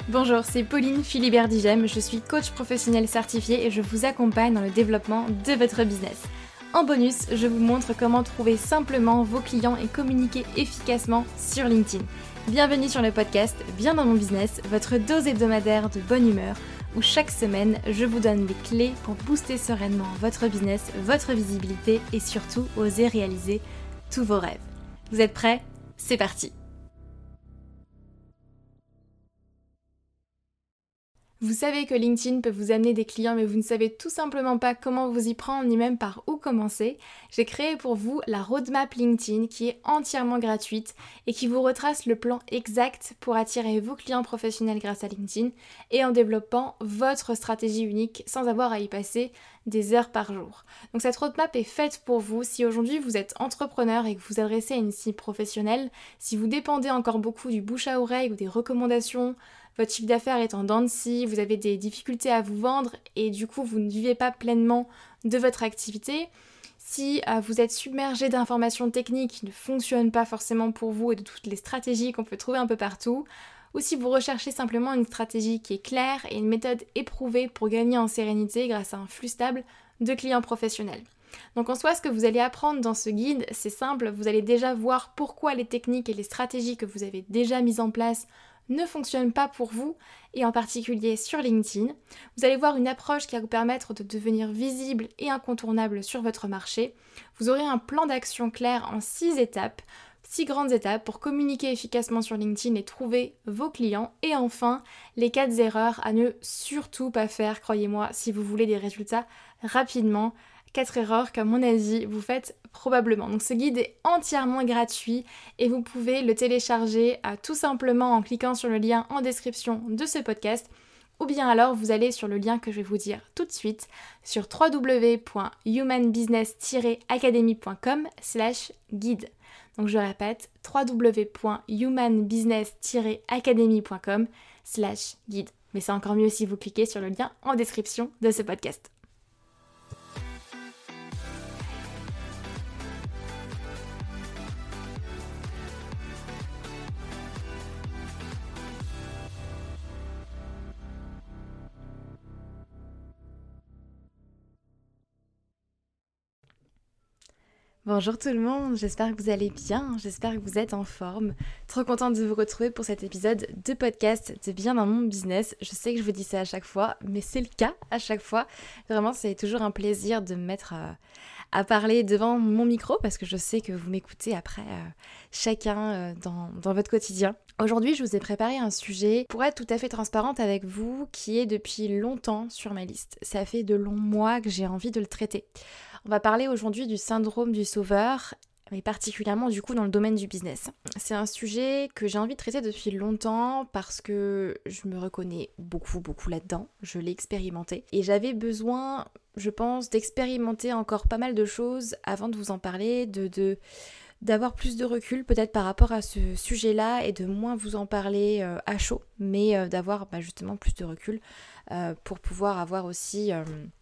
Bonjour, c'est Pauline Philibert-Digem, je suis coach professionnel certifié et je vous accompagne dans le développement de votre business. En bonus, je vous montre comment trouver simplement vos clients et communiquer efficacement sur LinkedIn. Bienvenue sur le podcast Bien dans mon business, votre dose hebdomadaire de bonne humeur, où chaque semaine, je vous donne les clés pour booster sereinement votre business, votre visibilité et surtout oser réaliser tous vos rêves. Vous êtes prêts ? C'est parti! Vous savez que LinkedIn peut vous amener des clients mais vous ne savez tout simplement pas comment vous y prendre ni même par où commencer. J'ai créé pour vous la roadmap LinkedIn qui est entièrement gratuite et qui vous retrace le plan exact pour attirer vos clients professionnels grâce à LinkedIn et en développant votre stratégie unique sans avoir à y passer des heures par jour. Donc cette roadmap est faite pour vous si aujourd'hui vous êtes entrepreneur et que vous vous adressez à une cible professionnelle, si vous dépendez encore beaucoup du bouche à oreille ou des recommandations, votre chiffre d'affaires est en dents de scie, vous avez des difficultés à vous vendre et du coup vous ne vivez pas pleinement de votre activité. Si vous êtes submergé d'informations techniques qui ne fonctionnent pas forcément pour vous et de toutes les stratégies qu'on peut trouver un peu partout, ou si vous recherchez simplement une stratégie qui est claire et une méthode éprouvée pour gagner en sérénité grâce à un flux stable de clients professionnels. Donc en soi, ce que vous allez apprendre dans ce guide, c'est simple, vous allez déjà voir pourquoi les techniques et les stratégies que vous avez déjà mises en place ne fonctionnent pas pour vous, et en particulier sur LinkedIn. Vous allez voir une approche qui va vous permettre de devenir visible et incontournable sur votre marché. Vous aurez un plan d'action clair en 6 étapes, 6 grandes étapes pour communiquer efficacement sur LinkedIn et trouver vos clients. Et enfin, les 4 erreurs à ne surtout pas faire, croyez-moi, si vous voulez des résultats rapidement. 4 erreurs qu'à mon avis vous faites probablement. Donc ce guide est entièrement gratuit et vous pouvez le télécharger tout simplement en cliquant sur le lien en description de ce podcast ou bien alors vous allez sur le lien que je vais vous dire tout de suite sur www.humanbusiness-academy.com/guide. Donc je répète www.humanbusiness-academy.com/guide. Mais c'est encore mieux si vous cliquez sur le lien en description de ce podcast. Bonjour tout le monde, j'espère que vous allez bien, j'espère que vous êtes en forme. Trop contente de vous retrouver pour cet épisode de podcast de Bien dans mon business. Je sais que je vous dis ça à chaque fois, mais c'est le cas à chaque fois. Vraiment, c'est toujours un plaisir de me mettre à parler devant mon micro parce que je sais que vous m'écoutez après chacun dans votre quotidien. Aujourd'hui, je vous ai préparé un sujet pour être tout à fait transparente avec vous qui est depuis longtemps sur ma liste. Ça fait de longs mois que j'ai envie de le traiter. On va parler aujourd'hui du syndrome du sauveur, mais particulièrement du coup dans le domaine du business. C'est un sujet que j'ai envie de traiter depuis longtemps parce que je me reconnais beaucoup là-dedans, je l'ai expérimenté et j'avais besoin, je pense, d'expérimenter encore pas mal de choses avant de vous en parler, d'avoir plus de recul peut-être par rapport à ce sujet-là et de moins vous en parler à chaud, mais d'avoir justement plus de recul pour pouvoir avoir aussi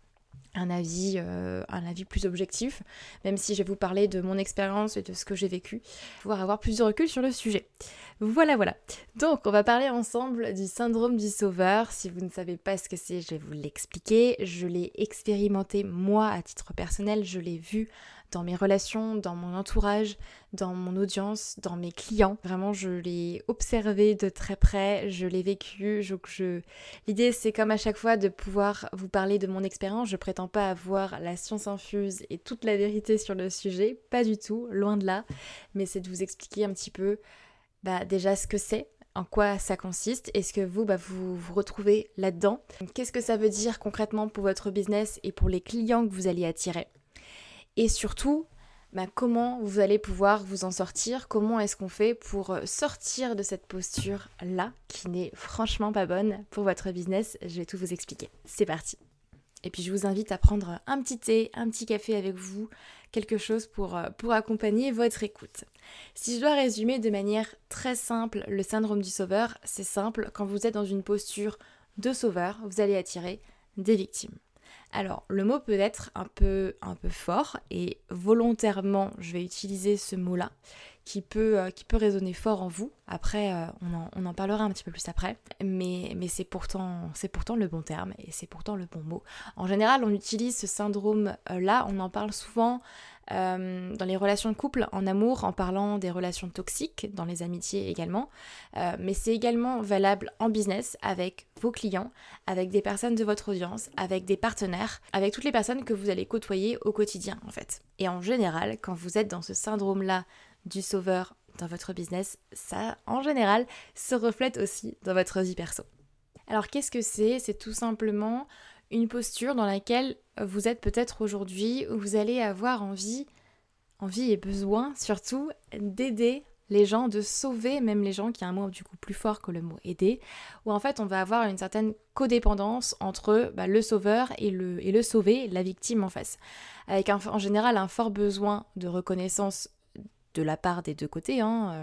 un avis plus objectif, même si je vais vous parler de mon expérience et de ce que j'ai vécu, pouvoir avoir plus de recul sur le sujet. Voilà. Donc, on va parler ensemble du syndrome du sauveur. Si vous ne savez pas ce que c'est, je vais vous l'expliquer. Je l'ai expérimenté moi à titre personnel, je l'ai vu dans mes relations, dans mon entourage, dans mon audience, dans mes clients. Vraiment, je l'ai observé de très près, je l'ai vécu. L'idée, c'est comme à chaque fois de pouvoir vous parler de mon expérience. Je prétends pas avoir la science infuse et toute la vérité sur le sujet, pas du tout, loin de là. Mais c'est de vous expliquer un petit peu déjà ce que c'est, en quoi ça consiste, est-ce que vous vous retrouvez là-dedans. Qu'est-ce que ça veut dire concrètement pour votre business et pour les clients que vous allez attirer. Et surtout, comment vous allez pouvoir vous en sortir, comment est-ce qu'on fait pour sortir de cette posture-là, qui n'est franchement pas bonne pour votre business. Je vais tout vous expliquer. C'est parti. Et puis je vous invite à prendre un petit thé, un petit café avec vous, quelque chose pour accompagner votre écoute. Si je dois résumer de manière très simple le syndrome du sauveur, c'est simple, quand vous êtes dans une posture de sauveur, vous allez attirer des victimes. Alors, le mot peut être un peu fort et volontairement, je vais utiliser ce mot-là résonner fort en vous. Après, on en parlera un petit peu plus après, mais c'est pourtant le bon terme et c'est pourtant le bon mot. En général, on utilise ce syndrome-là, on en parle souvent dans les relations de couple, en amour, en parlant des relations toxiques, dans les amitiés également, mais c'est également valable en business avec vos clients, avec des personnes de votre audience, avec des partenaires, avec toutes les personnes que vous allez côtoyer au quotidien en fait. Et en général, quand vous êtes dans ce syndrome-là du sauveur dans votre business, ça en général se reflète aussi dans votre vie perso. Alors qu'est-ce que c'est ? C'est tout simplement une posture dans laquelle vous êtes peut-être aujourd'hui, où vous allez avoir envie et besoin surtout d'aider les gens, de sauver même les gens, qui est un mot du coup plus fort que le mot aider, où en fait on va avoir une certaine codépendance entre le sauveur et le sauvé, la victime en face. Avec en général un fort besoin de reconnaissance de la part des deux côtés,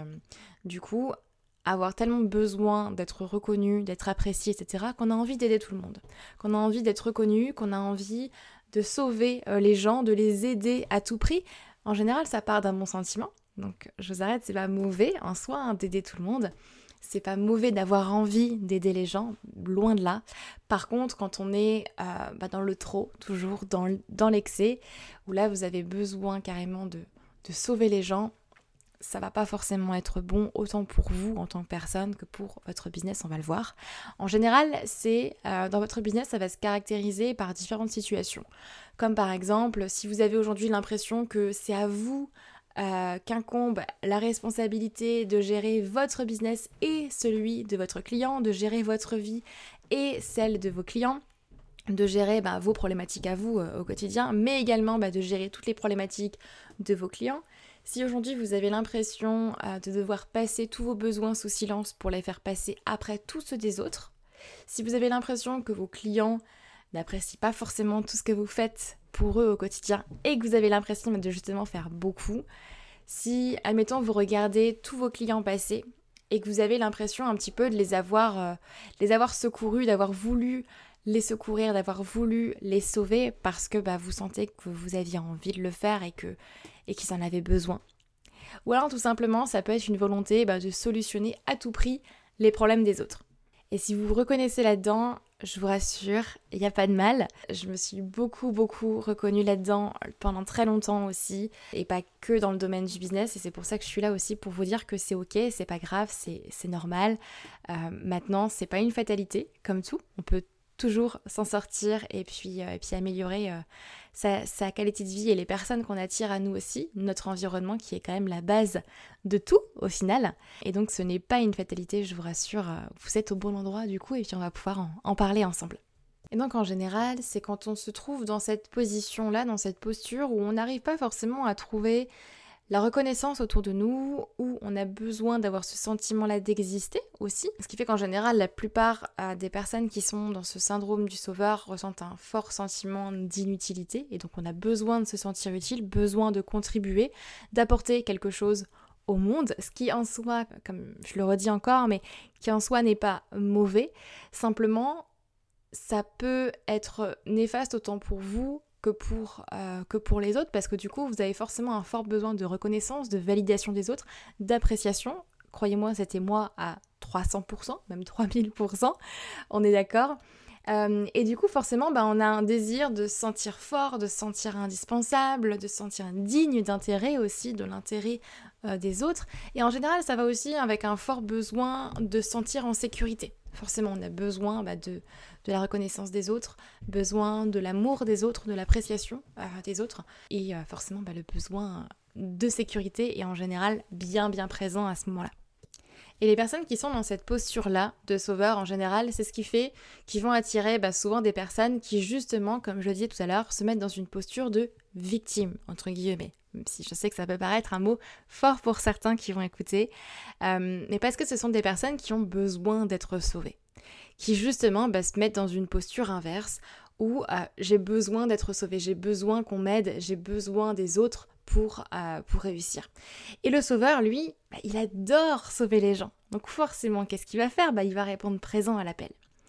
du coup, avoir tellement besoin d'être reconnu, d'être apprécié, etc., qu'on a envie d'aider tout le monde, qu'on a envie d'être reconnu, qu'on a envie de sauver les gens, de les aider à tout prix. En général, ça part d'un bon sentiment, donc je vous arrête, c'est pas mauvais en soi d'aider tout le monde, c'est pas mauvais d'avoir envie d'aider les gens, loin de là. Par contre, quand on est dans le trop, toujours dans l'excès, où là vous avez besoin carrément de sauver les gens, ça va pas forcément être bon autant pour vous en tant que personne que pour votre business, on va le voir. En général, dans votre business, ça va se caractériser par différentes situations. Comme par exemple, si vous avez aujourd'hui l'impression que c'est à vous qu'incombe la responsabilité de gérer votre business et celui de votre client, de gérer votre vie et celle de vos clients, de gérer vos problématiques à vous au quotidien, mais également de gérer toutes les problématiques de vos clients. Si aujourd'hui vous avez l'impression de devoir passer tous vos besoins sous silence pour les faire passer après tous ceux des autres, si vous avez l'impression que vos clients n'apprécient pas forcément tout ce que vous faites pour eux au quotidien et que vous avez l'impression de justement faire beaucoup, si, admettons, vous regardez tous vos clients passer et que vous avez l'impression un petit peu de les avoir secourus, d'avoir voulu les secourir, d'avoir voulu les sauver parce que vous sentez que vous aviez envie de le faire et qu'ils en avaient besoin. Ou alors tout simplement, ça peut être une volonté de solutionner à tout prix les problèmes des autres. Et si vous vous reconnaissez là-dedans, je vous rassure, il n'y a pas de mal. Je me suis beaucoup reconnue là-dedans pendant très longtemps aussi, et pas que dans le domaine du business, et c'est pour ça que je suis là aussi pour vous dire que c'est ok, c'est pas grave, c'est normal. Maintenant, c'est pas une fatalité, comme tout, on peut toujours s'en sortir et puis améliorer sa qualité de vie et les personnes qu'on attire à nous aussi, notre environnement qui est quand même la base de tout au final. Et donc ce n'est pas une fatalité, je vous rassure, vous êtes au bon endroit du coup et puis on va pouvoir en parler ensemble. Et donc en général, c'est quand on se trouve dans cette position-là, dans cette posture où on n'arrive pas forcément à trouver la reconnaissance autour de nous, où on a besoin d'avoir ce sentiment-là d'exister aussi. Ce qui fait qu'en général, la plupart des personnes qui sont dans ce syndrome du sauveur ressentent un fort sentiment d'inutilité. Et donc on a besoin de se sentir utile, besoin de contribuer, d'apporter quelque chose au monde. Ce qui en soi, comme je le redis encore, mais qui en soi n'est pas mauvais. Simplement, ça peut être néfaste autant pour vous que pour les autres, parce que du coup vous avez forcément un fort besoin de reconnaissance, de validation des autres, d'appréciation. Croyez-moi, c'était moi à 300%, même 3000%, on est d'accord. Et du coup forcément on a un désir de se sentir fort, de se sentir indispensable, de se sentir digne d'intérêt aussi, de l'intérêt des autres. Et en général ça va aussi avec un fort besoin de se sentir en sécurité. Forcément on a besoin de la reconnaissance des autres, besoin de l'amour des autres, de l'appréciation des autres, et forcément le besoin de sécurité est en général bien présent à ce moment-là. Et les personnes qui sont dans cette posture-là de sauveur, en général, c'est ce qui fait qu'ils vont attirer souvent des personnes qui, justement, comme je le disais tout à l'heure, se mettent dans une posture de victime, entre guillemets. Même si je sais que ça peut paraître un mot fort pour certains qui vont écouter, mais parce que ce sont des personnes qui ont besoin d'être sauvées, qui justement se mettent dans une posture inverse où j'ai besoin d'être sauvée, j'ai besoin qu'on m'aide, j'ai besoin des autres pour réussir. Et le sauveur, lui, il adore sauver les gens. Donc forcément, qu'est-ce qu'il va faire ? Il va répondre présent à l'appel.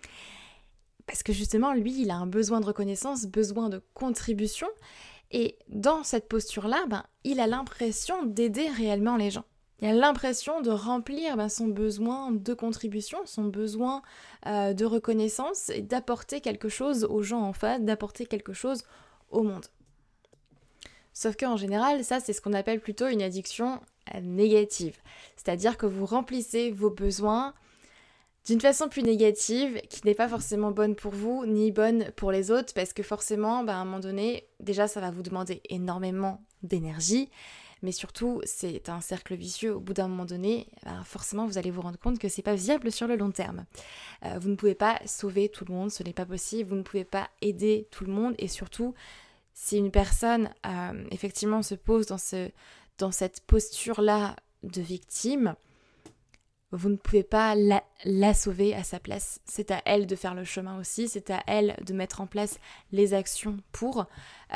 Parce que justement, lui, il a un besoin de reconnaissance, besoin de contribution. Et dans cette posture-là, il a l'impression d'aider réellement les gens. Il a l'impression de remplir son besoin de contribution, son besoin de reconnaissance et d'apporter quelque chose aux gens en face, d'apporter quelque chose au monde. Sauf qu'en général, ça c'est ce qu'on appelle plutôt une addiction négative. C'est-à-dire que vous remplissez vos besoins d'une façon plus négative, qui n'est pas forcément bonne pour vous, ni bonne pour les autres, parce que forcément, à un moment donné, déjà ça va vous demander énormément d'énergie, mais surtout, c'est un cercle vicieux. Au bout d'un moment donné, forcément, vous allez vous rendre compte que c'est pas viable sur le long terme. Vous ne pouvez pas sauver tout le monde, ce n'est pas possible. Vous ne pouvez pas aider tout le monde. Et surtout, si une personne, effectivement, se pose dans cette posture-là de victime, vous ne pouvez pas la sauver à sa place. C'est à elle de faire le chemin aussi, c'est à elle de mettre en place les actions pour.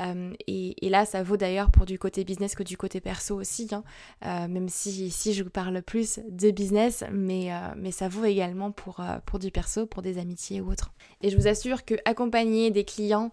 Et là, ça vaut d'ailleurs pour du côté business que du côté perso aussi, même si ici je vous parle plus de business, mais ça vaut également pour du perso, pour des amitiés ou autres. Et je vous assure que accompagner des clients,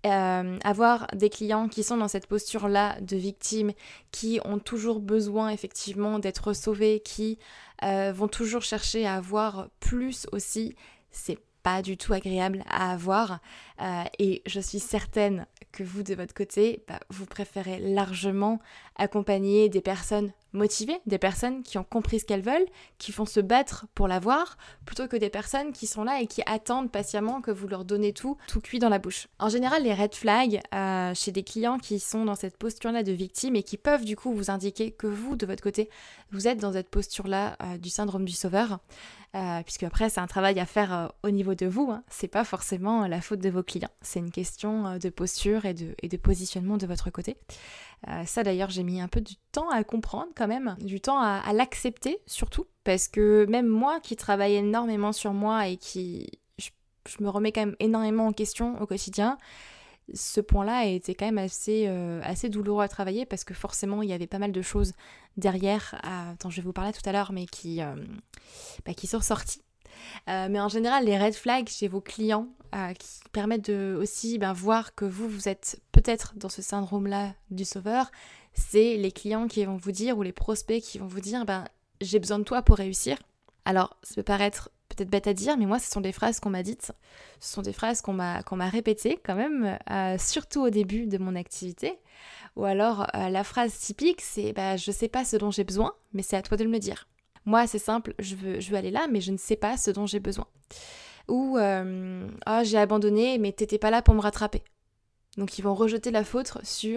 avoir des clients qui sont dans cette posture-là de victime, qui ont toujours besoin effectivement d'être sauvés, qui vont toujours chercher à avoir plus aussi, c'est pas du tout agréable à avoir et je suis certaine que vous de votre côté, vous préférez largement accompagner des personnes motivées, des personnes qui ont compris ce qu'elles veulent, qui vont se battre pour l'avoir, plutôt que des personnes qui sont là et qui attendent patiemment que vous leur donnez tout cuit dans la bouche. En général, les red flags chez des clients qui sont dans cette posture-là de victime et qui peuvent du coup vous indiquer que vous, de votre côté, vous êtes dans cette posture-là du syndrome du sauveur, puisque après c'est un travail à faire au niveau de vous, c'est pas forcément la faute de vos clients, c'est une question de posture et de positionnement de votre côté. Ça d'ailleurs j'ai mis un peu du temps à comprendre quand même, du temps à l'accepter surtout, parce que même moi qui travaille énormément sur moi et je me remets quand même énormément en question au quotidien, ce point-là a été quand même assez douloureux à travailler parce que forcément il y avait pas mal de choses derrière, dont je vais vous parler tout à l'heure, mais qui sont ressorties. Mais en général, les red flags chez vos clients qui permettent de aussi voir que vous êtes peut-être dans ce syndrome-là du sauveur, c'est les clients qui vont vous dire, ou les prospects qui vont vous dire j'ai besoin de toi pour réussir. Alors, ça peut paraître peut-être bête à dire, mais moi, ce sont des phrases qu'on m'a dites, ce sont des phrases qu'on m'a répétées quand même, surtout au début de mon activité. Ou alors, la phrase typique, c'est je sais pas ce dont j'ai besoin, mais c'est à toi de me dire. Moi, c'est simple, je veux aller là, mais je ne sais pas ce dont j'ai besoin. Ou j'ai abandonné, mais t'étais pas là pour me rattraper. Donc ils vont rejeter la faute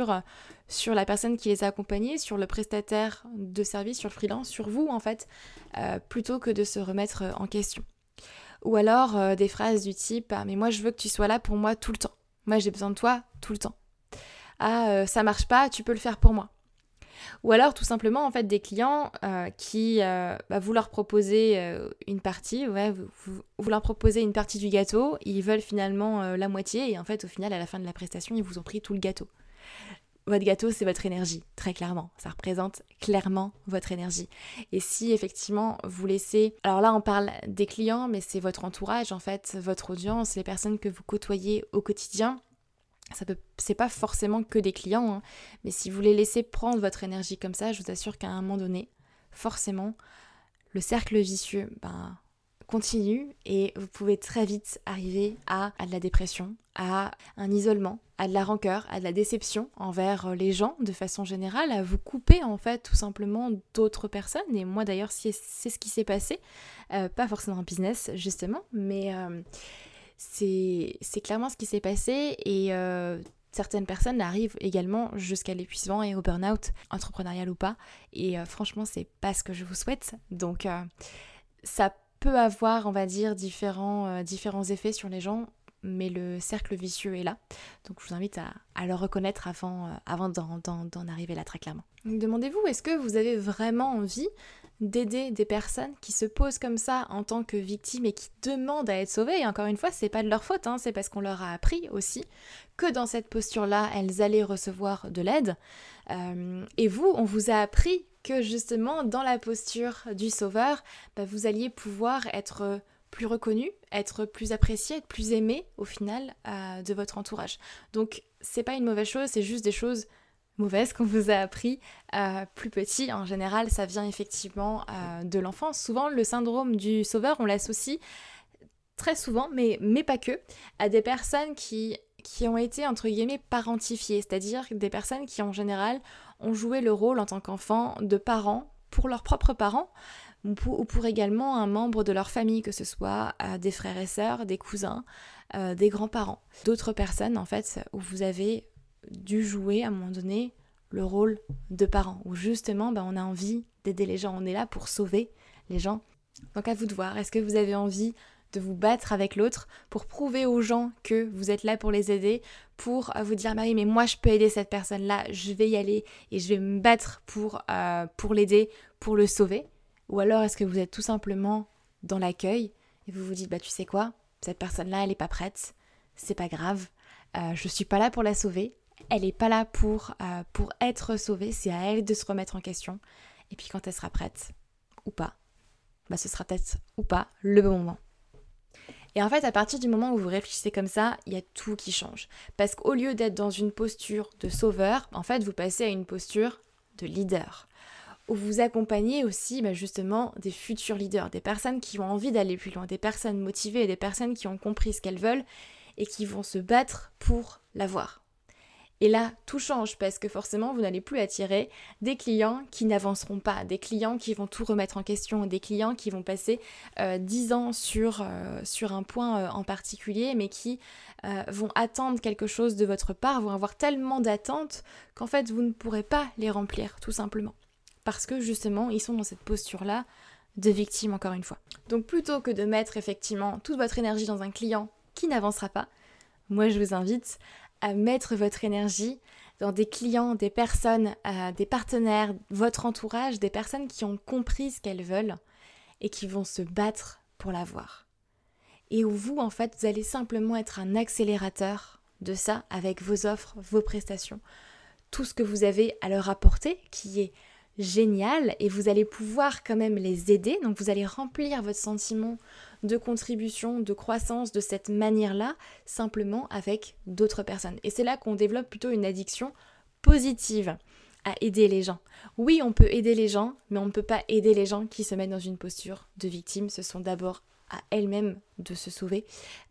sur la personne qui les a accompagnés, sur le prestataire de service, sur le freelance, sur vous en fait, plutôt que de se remettre en question. Ou alors des phrases du type mais moi je veux que tu sois là pour moi tout le temps. Moi j'ai besoin de toi tout le temps. Ça marche pas, tu peux le faire pour moi. Ou alors tout simplement en fait des clients qui vous leur proposez une partie, vous leur proposez une partie du gâteau, ils veulent finalement la moitié et en fait au final à la fin de la prestation ils vous ont pris tout le gâteau. Votre gâteau c'est votre énergie, très clairement, ça représente clairement votre énergie. Et si effectivement vous laissez, alors là on parle des clients mais c'est votre entourage en fait, votre audience, les personnes que vous côtoyez au quotidien. C'est pas forcément que des clients, mais si vous les laissez prendre votre énergie comme ça, je vous assure qu'à un moment donné, forcément, le cercle vicieux continue et vous pouvez très vite arriver à de la dépression, à un isolement, à de la rancœur, à de la déception envers les gens de façon générale, à vous couper en fait tout simplement d'autres personnes. Et moi d'ailleurs c'est ce qui s'est passé, pas forcément en business justement, mais c'est clairement ce qui s'est passé et certaines personnes arrivent également jusqu'à l'épuisement et au burn-out, entrepreneurial ou pas, et franchement c'est pas ce que je vous souhaite. Donc ça peut avoir, on va dire, différents effets sur les gens, mais le cercle vicieux est là. Donc je vous invite à le reconnaître avant d'en arriver là très clairement. Donc, demandez-vous, est-ce que vous avez vraiment envie d'aider des personnes qui se posent comme ça en tant que victimes et qui demandent à être sauvées? Et encore une fois, c'est pas de leur faute, c'est parce qu'on leur a appris aussi que dans cette posture-là, elles allaient recevoir de l'aide. Et vous, on vous a appris que justement, dans la posture du sauveur, vous alliez pouvoir être plus reconnu, être plus apprécié, être plus aimé au final de votre entourage. Donc c'est pas une mauvaise chose, c'est juste des choses mauvaises qu'on vous a appris plus petit. En général, ça vient effectivement de l'enfance. Souvent, le syndrome du sauveur, on l'associe très souvent, mais pas que, à des personnes qui ont été, entre guillemets, parentifiées, c'est-à-dire des personnes qui, en général, ont joué le rôle en tant qu'enfant de parents pour leurs propres parents, ou pour également un membre de leur famille, que ce soit des frères et sœurs, des cousins, des grands-parents. D'autres personnes, en fait, où vous avez dû jouer, à un moment donné, le rôle de parents, où justement, on a envie d'aider les gens, on est là pour sauver les gens. Donc à vous de voir, est-ce que vous avez envie de vous battre avec l'autre pour prouver aux gens que vous êtes là pour les aider, pour vous dire bah oui mais moi je peux aider cette personne-là, je vais y aller et je vais me battre pour l'aider, pour le sauver. Ou alors est-ce que vous êtes tout simplement dans l'accueil et vous vous dites bah tu sais quoi, cette personne-là elle est pas prête, c'est pas grave, je suis pas là pour la sauver, elle est pas là pour être sauvée, c'est à elle de se remettre en question et puis quand elle sera prête ou pas, ce sera peut-être ou pas le bon moment. Et en fait, à partir du moment où vous réfléchissez comme ça, il y a tout qui change. Parce qu'au lieu d'être dans une posture de sauveur, en fait, vous passez à une posture de leader. Où vous accompagnez aussi justement des futurs leaders, des personnes qui ont envie d'aller plus loin, des personnes motivées, des personnes qui ont compris ce qu'elles veulent et qui vont se battre pour l'avoir. Et là, tout change parce que forcément, vous n'allez plus attirer des clients qui n'avanceront pas, des clients qui vont tout remettre en question, des clients qui vont passer 10 ans sur un point en particulier, mais qui vont attendre quelque chose de votre part, vont avoir tellement d'attentes qu'en fait, vous ne pourrez pas les remplir, tout simplement. Parce que justement, ils sont dans cette posture-là de victime, encore une fois. Donc plutôt que de mettre effectivement toute votre énergie dans un client qui n'avancera pas, moi je vous invite à mettre votre énergie dans des clients, des personnes, des partenaires, votre entourage, des personnes qui ont compris ce qu'elles veulent et qui vont se battre pour l'avoir. Et où vous, en fait, vous allez simplement être un accélérateur de ça avec vos offres, vos prestations, tout ce que vous avez à leur apporter qui est génial et vous allez pouvoir quand même les aider. Donc vous allez remplir votre sentiment de contribution, de croissance de cette manière-là, simplement avec d'autres personnes. Et c'est là qu'on développe plutôt une addiction positive à aider les gens. Oui, on peut aider les gens, mais on ne peut pas aider les gens qui se mettent dans une posture de victime. Ce sont d'abord à elles-mêmes de se sauver.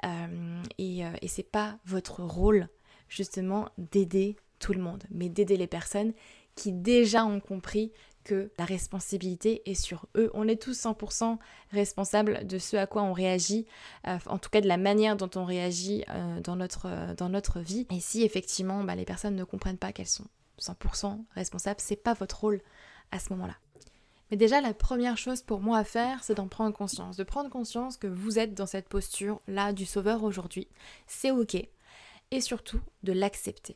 Et c'est pas votre rôle, justement, d'aider tout le monde, mais d'aider les personnes qui déjà ont compris que la responsabilité est sur eux. On est tous 100% responsables de ce à quoi on réagit, en tout cas de la manière dont on réagit dans notre vie. Et si effectivement les personnes ne comprennent pas qu'elles sont 100% responsables, c'est pas votre rôle à ce moment-là. Mais déjà, la première chose pour moi à faire, c'est d'en prendre conscience. De prendre conscience que vous êtes dans cette posture-là du sauveur aujourd'hui. C'est ok. Et surtout, de l'accepter.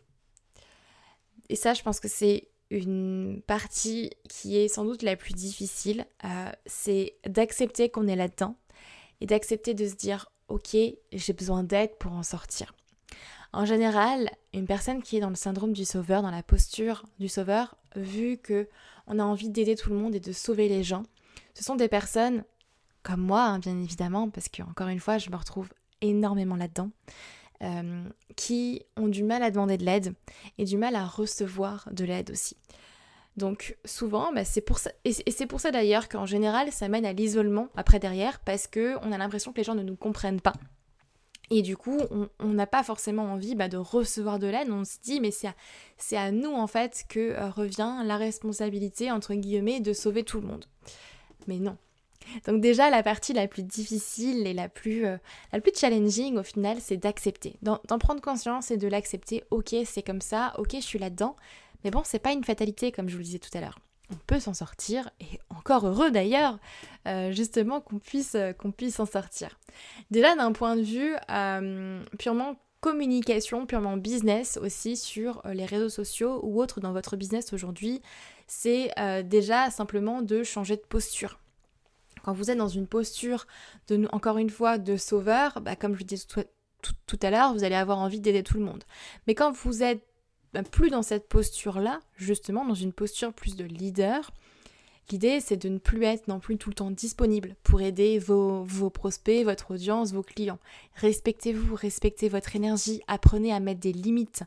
Et ça, je pense que c'est une partie qui est sans doute la plus difficile, c'est d'accepter qu'on est là-dedans et d'accepter de se dire « Ok, j'ai besoin d'aide pour en sortir ». En général, une personne qui est dans le syndrome du sauveur, dans la posture du sauveur, vu qu'on a envie d'aider tout le monde et de sauver les gens, ce sont des personnes comme moi, bien évidemment, parce que encore une fois, je me retrouve énormément là-dedans, qui ont du mal à demander de l'aide et du mal à recevoir de l'aide aussi. Donc souvent, c'est pour ça, et c'est pour ça d'ailleurs qu'en général, ça mène à l'isolement après derrière, parce qu'on a l'impression que les gens ne nous comprennent pas. Et du coup, on n'a pas forcément envie de recevoir de l'aide, on se dit mais c'est à nous en fait que revient la responsabilité, entre guillemets, de sauver tout le monde. Mais non. Donc déjà, la partie la plus difficile et la plus challenging au final, c'est d'accepter. D'en prendre conscience et de l'accepter. Ok, c'est comme ça, ok, je suis là-dedans. Mais bon, c'est pas une fatalité comme je vous le disais tout à l'heure. On peut s'en sortir, et encore heureux d'ailleurs, justement qu'on puisse s'en sortir. Déjà d'un point de vue purement communication, purement business aussi sur les réseaux sociaux ou autres dans votre business aujourd'hui, c'est déjà simplement de changer de posture. Quand vous êtes dans une posture, encore une fois, de sauveur, comme je le disais tout à l'heure, vous allez avoir envie d'aider tout le monde. Mais quand vous êtes plus dans cette posture-là, justement, dans une posture plus de leader, L'idée, c'est de ne plus être non plus tout le temps disponible pour aider vos prospects, votre audience, vos clients. Respectez-vous, respectez votre énergie, apprenez à mettre des limites.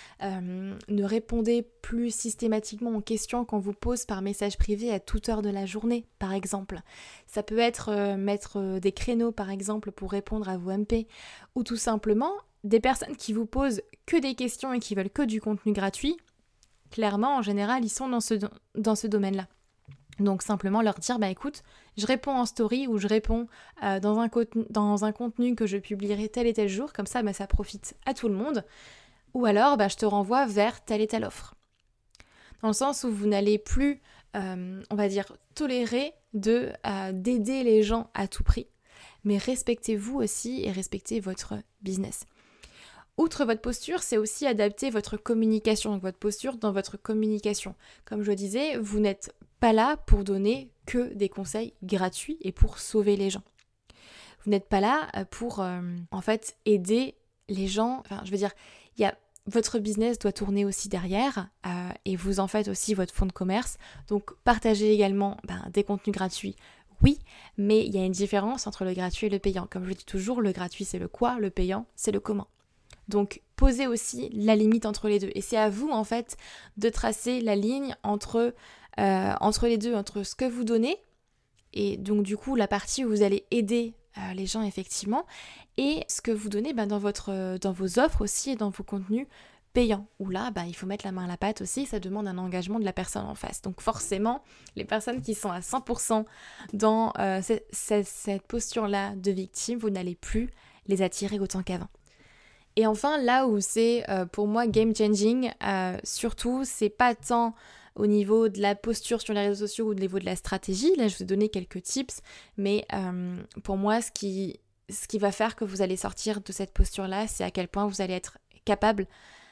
Ne répondez plus systématiquement aux questions qu'on vous pose par message privé à toute heure de la journée, par exemple. Ça peut être mettre des créneaux, par exemple, pour répondre à vos MP, ou tout simplement des personnes qui vous posent que des questions et qui veulent que du contenu gratuit. Clairement, en général, ils sont dans ce domaine-là. Donc simplement leur dire, écoute, je réponds en story ou je réponds dans un contenu que je publierai tel et tel jour, comme ça ça profite à tout le monde. Ou alors je te renvoie vers telle et telle offre. Dans le sens où vous n'allez plus, on va dire, tolérer d'aider les gens à tout prix, mais respectez-vous aussi et respectez votre business. Outre votre posture, c'est aussi adapter votre communication, donc votre posture dans votre communication. Comme je le disais, vous n'êtes pas là pour donner que des conseils gratuits et pour sauver les gens. Vous n'êtes pas là pour en fait aider les gens. Enfin, je veux dire, votre business doit tourner aussi derrière et vous en faites aussi votre fonds de commerce. Donc partagez également des contenus gratuits. Oui, mais il y a une différence entre le gratuit et le payant. Comme je le dis toujours, le gratuit c'est le quoi, le payant c'est le comment. Donc posez aussi la limite entre les deux. Et c'est à vous en fait de tracer la ligne entre les deux, entre ce que vous donnez, et donc du coup la partie où vous allez aider les gens effectivement, et ce que vous donnez dans vos offres aussi et dans vos contenus payants, où là il faut mettre la main à la pâte aussi, ça demande un engagement de la personne en face. Donc forcément, les personnes qui sont à 100% dans cette posture-là de victime, vous n'allez plus les attirer autant qu'avant. Et enfin, là où c'est pour moi game changing, surtout, c'est pas tant au niveau de la posture sur les réseaux sociaux ou au niveau de la stratégie. Là, je vous ai donné quelques tips, mais pour moi, ce qui va faire que vous allez sortir de cette posture-là, c'est à quel point vous allez être capable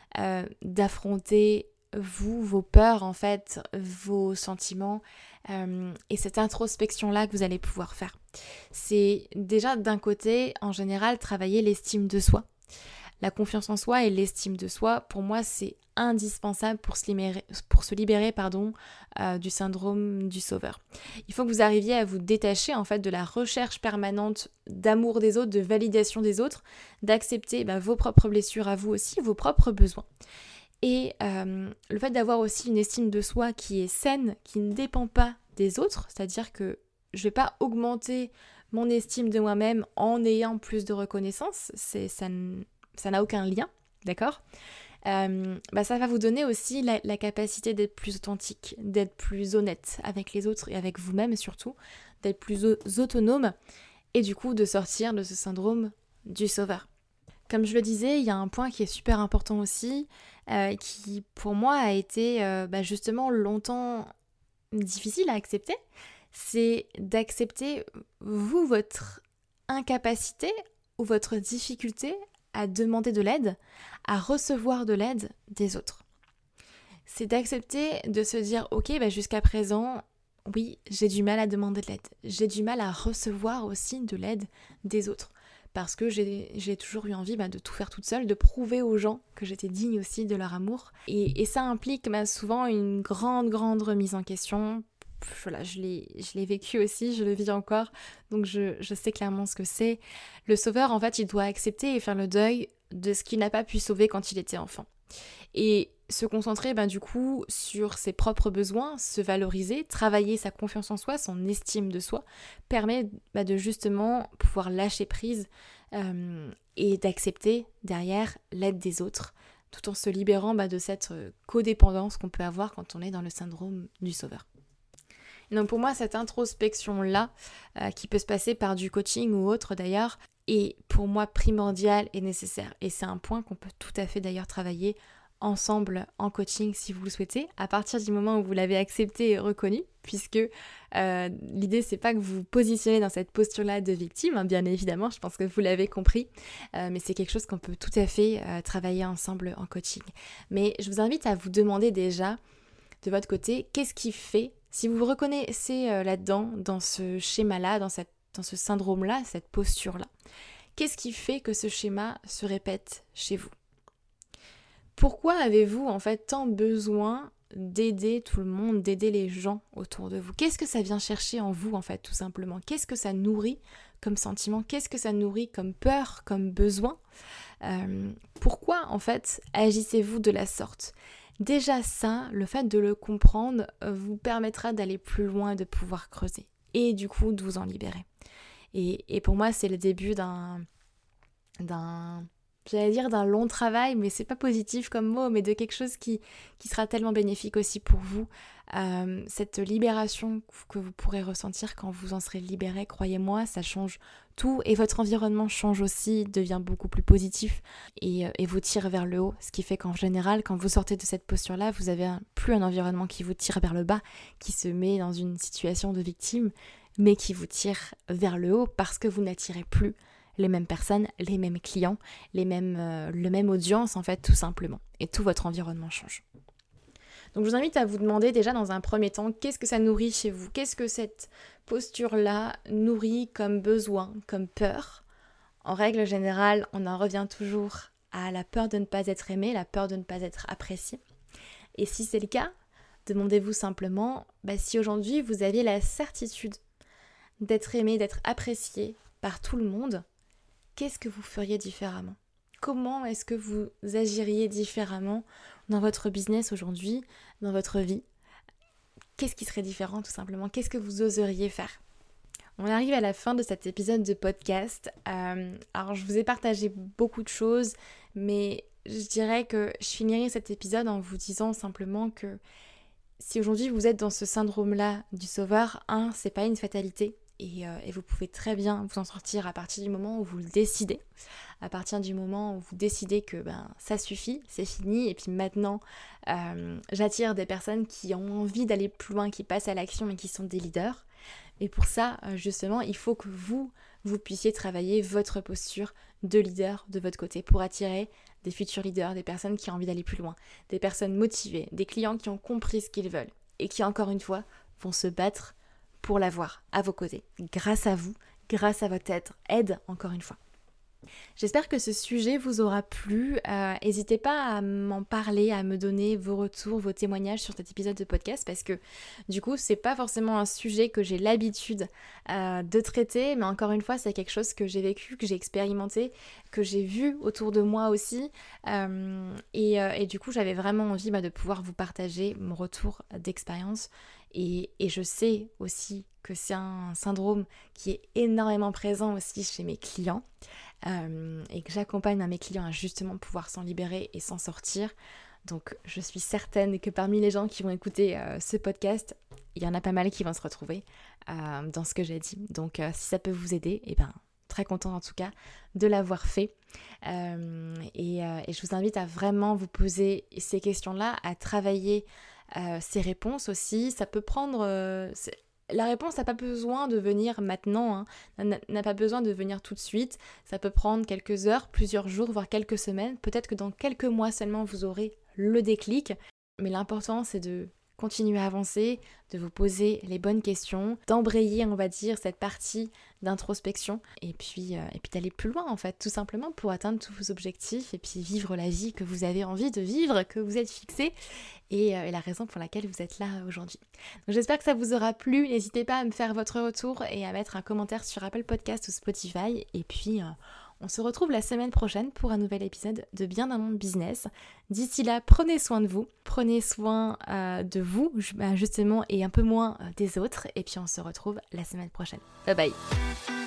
d'affronter vos peurs, en fait, vos sentiments, et cette introspection-là que vous allez pouvoir faire. C'est déjà d'un côté, en général, travailler l'estime de soi. La confiance en soi et l'estime de soi, pour moi, c'est indispensable pour se libérer du syndrome du sauveur. Il faut que vous arriviez à vous détacher en fait de la recherche permanente d'amour des autres, de validation des autres, d'accepter vos propres blessures à vous aussi, vos propres besoins. Et le fait d'avoir aussi une estime de soi qui est saine, qui ne dépend pas des autres, c'est-à-dire que je ne vais pas augmenter mon estime de moi-même en ayant plus de reconnaissance, ça n'a aucun lien, d'accord ? Ça va vous donner aussi la capacité d'être plus authentique, d'être plus honnête avec les autres et avec vous-même surtout, d'être plus autonome et du coup de sortir de ce syndrome du sauveur. Comme je le disais, il y a un point qui est super important aussi, qui pour moi a été justement longtemps difficile à accepter, c'est d'accepter votre incapacité ou votre difficulté à demander de l'aide, à recevoir de l'aide des autres. C'est d'accepter de se dire, ok, jusqu'à présent, oui, j'ai du mal à demander de l'aide. J'ai du mal à recevoir aussi de l'aide des autres. Parce que j'ai toujours eu envie de tout faire toute seule, de prouver aux gens que j'étais digne aussi de leur amour. Et ça implique souvent une grande remise en question. Voilà, je l'ai vécu aussi, je le vis encore, donc je sais clairement ce que c'est. Le sauveur, en fait, il doit accepter et faire le deuil de ce qu'il n'a pas pu sauver quand il était enfant. Et se concentrer du coup sur ses propres besoins, se valoriser, travailler sa confiance en soi, son estime de soi, permet de justement pouvoir lâcher prise et d'accepter derrière l'aide des autres, tout en se libérant de cette codépendance qu'on peut avoir quand on est dans le syndrome du sauveur. Et donc pour moi, cette introspection-là, qui peut se passer par du coaching ou autre d'ailleurs, est pour moi primordiale et nécessaire. Et c'est un point qu'on peut tout à fait d'ailleurs travailler ensemble en coaching si vous le souhaitez, à partir du moment où vous l'avez accepté et reconnu, puisque l'idée c'est pas que vous vous positionnez dans cette posture-là de victime, bien évidemment, je pense que vous l'avez compris, mais c'est quelque chose qu'on peut tout à fait travailler ensemble en coaching. Mais je vous invite à vous demander déjà, de votre côté, qu'est-ce qui fait, si vous vous reconnaissez là-dedans, dans ce schéma-là, dans ce syndrome-là, cette posture-là, qu'est-ce qui fait que ce schéma se répète chez vous ? Pourquoi avez-vous en fait tant besoin d'aider tout le monde, d'aider les gens autour de vous? Qu'est-ce que ça vient chercher en vous en fait, tout simplement? Qu'est-ce que ça nourrit comme sentiment? Qu'est-ce que ça nourrit comme peur, comme besoin? Pourquoi en fait agissez-vous de la sorte? Déjà ça, le fait de le comprendre vous permettra d'aller plus loin, de pouvoir creuser et du coup de vous en libérer. Et pour moi c'est le début d'un long travail, mais c'est pas positif comme mot, mais de quelque chose qui sera tellement bénéfique aussi pour vous. Cette libération que vous pourrez ressentir quand vous en serez libéré, croyez-moi, ça change tout et votre environnement change aussi, devient beaucoup plus positif et vous tire vers le haut, ce qui fait qu'en général, quand vous sortez de cette posture-là, vous avez plus un environnement qui vous tire vers le bas, qui se met dans une situation de victime, mais qui vous tire vers le haut parce que vous n'attirez plus les mêmes personnes, les mêmes clients, le même audience en fait tout simplement. Et tout votre environnement change. Donc je vous invite à vous demander déjà dans un premier temps qu'est-ce que ça nourrit chez vous? Qu'est-ce que cette posture-là nourrit comme besoin, comme peur? En règle générale, on en revient toujours à la peur de ne pas être aimé, la peur de ne pas être apprécié. Et si c'est le cas, demandez-vous simplement si aujourd'hui vous aviez la certitude d'être aimé, d'être apprécié par tout le monde, qu'est-ce que vous feriez différemment? Comment est-ce que vous agiriez différemment dans votre business aujourd'hui, dans votre vie? Qu'est-ce qui serait différent tout simplement? Qu'est-ce que vous oseriez faire? On arrive à la fin de cet épisode de podcast. Alors je vous ai partagé beaucoup de choses, mais je dirais que je finirai cet épisode en vous disant simplement que si aujourd'hui vous êtes dans ce syndrome-là du sauveur, c'est pas une fatalité. Et vous pouvez très bien vous en sortir à partir du moment où vous le décidez, à partir du moment où vous décidez que ça suffit, c'est fini, et puis maintenant j'attire des personnes qui ont envie d'aller plus loin, qui passent à l'action et qui sont des leaders. Et pour ça, justement, il faut que vous puissiez travailler votre posture de leader de votre côté pour attirer des futurs leaders, des personnes qui ont envie d'aller plus loin, des personnes motivées, des clients qui ont compris ce qu'ils veulent et qui, encore une fois, vont se battre pour l'avoir à vos côtés, grâce à vous, grâce à votre aide, encore une fois. J'espère que ce sujet vous aura plu. N'hésitez pas à m'en parler, à me donner vos retours, vos témoignages sur cet épisode de podcast parce que du coup, c'est pas forcément un sujet que j'ai l'habitude de traiter, mais encore une fois, c'est quelque chose que j'ai vécu, que j'ai expérimenté, que j'ai vu autour de moi aussi. Et du coup, j'avais vraiment envie de pouvoir vous partager mon retour d'expérience. Et je sais aussi que c'est un syndrome qui est énormément présent aussi chez mes clients et que j'accompagne mes clients à justement pouvoir s'en libérer et s'en sortir. Donc je suis certaine que parmi les gens qui vont écouter ce podcast, il y en a pas mal qui vont se retrouver dans ce que j'ai dit. Donc si ça peut vous aider, très contente en tout cas de l'avoir fait. Et je vous invite à vraiment vous poser ces questions-là, à travailler ces réponses aussi. Ça peut prendre... La réponse n'a pas besoin de venir maintenant, n'a pas besoin de venir tout de suite. Ça peut prendre quelques heures, plusieurs jours, voire quelques semaines. Peut-être que dans quelques mois seulement, vous aurez le déclic. Mais l'important, c'est de continuer à avancer, de vous poser les bonnes questions, d'embrayer, on va dire, cette partie d'introspection et puis d'aller plus loin, en fait, tout simplement pour atteindre tous vos objectifs et puis vivre la vie que vous avez envie de vivre, que vous êtes fixé et la raison pour laquelle vous êtes là aujourd'hui. Donc j'espère que ça vous aura plu. N'hésitez pas à me faire votre retour et à mettre un commentaire sur Apple Podcast ou Spotify et puis on se retrouve la semaine prochaine pour un nouvel épisode de Bien dans mon business. D'ici là, prenez soin de vous, prenez soin de vous justement et un peu moins des autres. Et puis on se retrouve la semaine prochaine. Bye bye.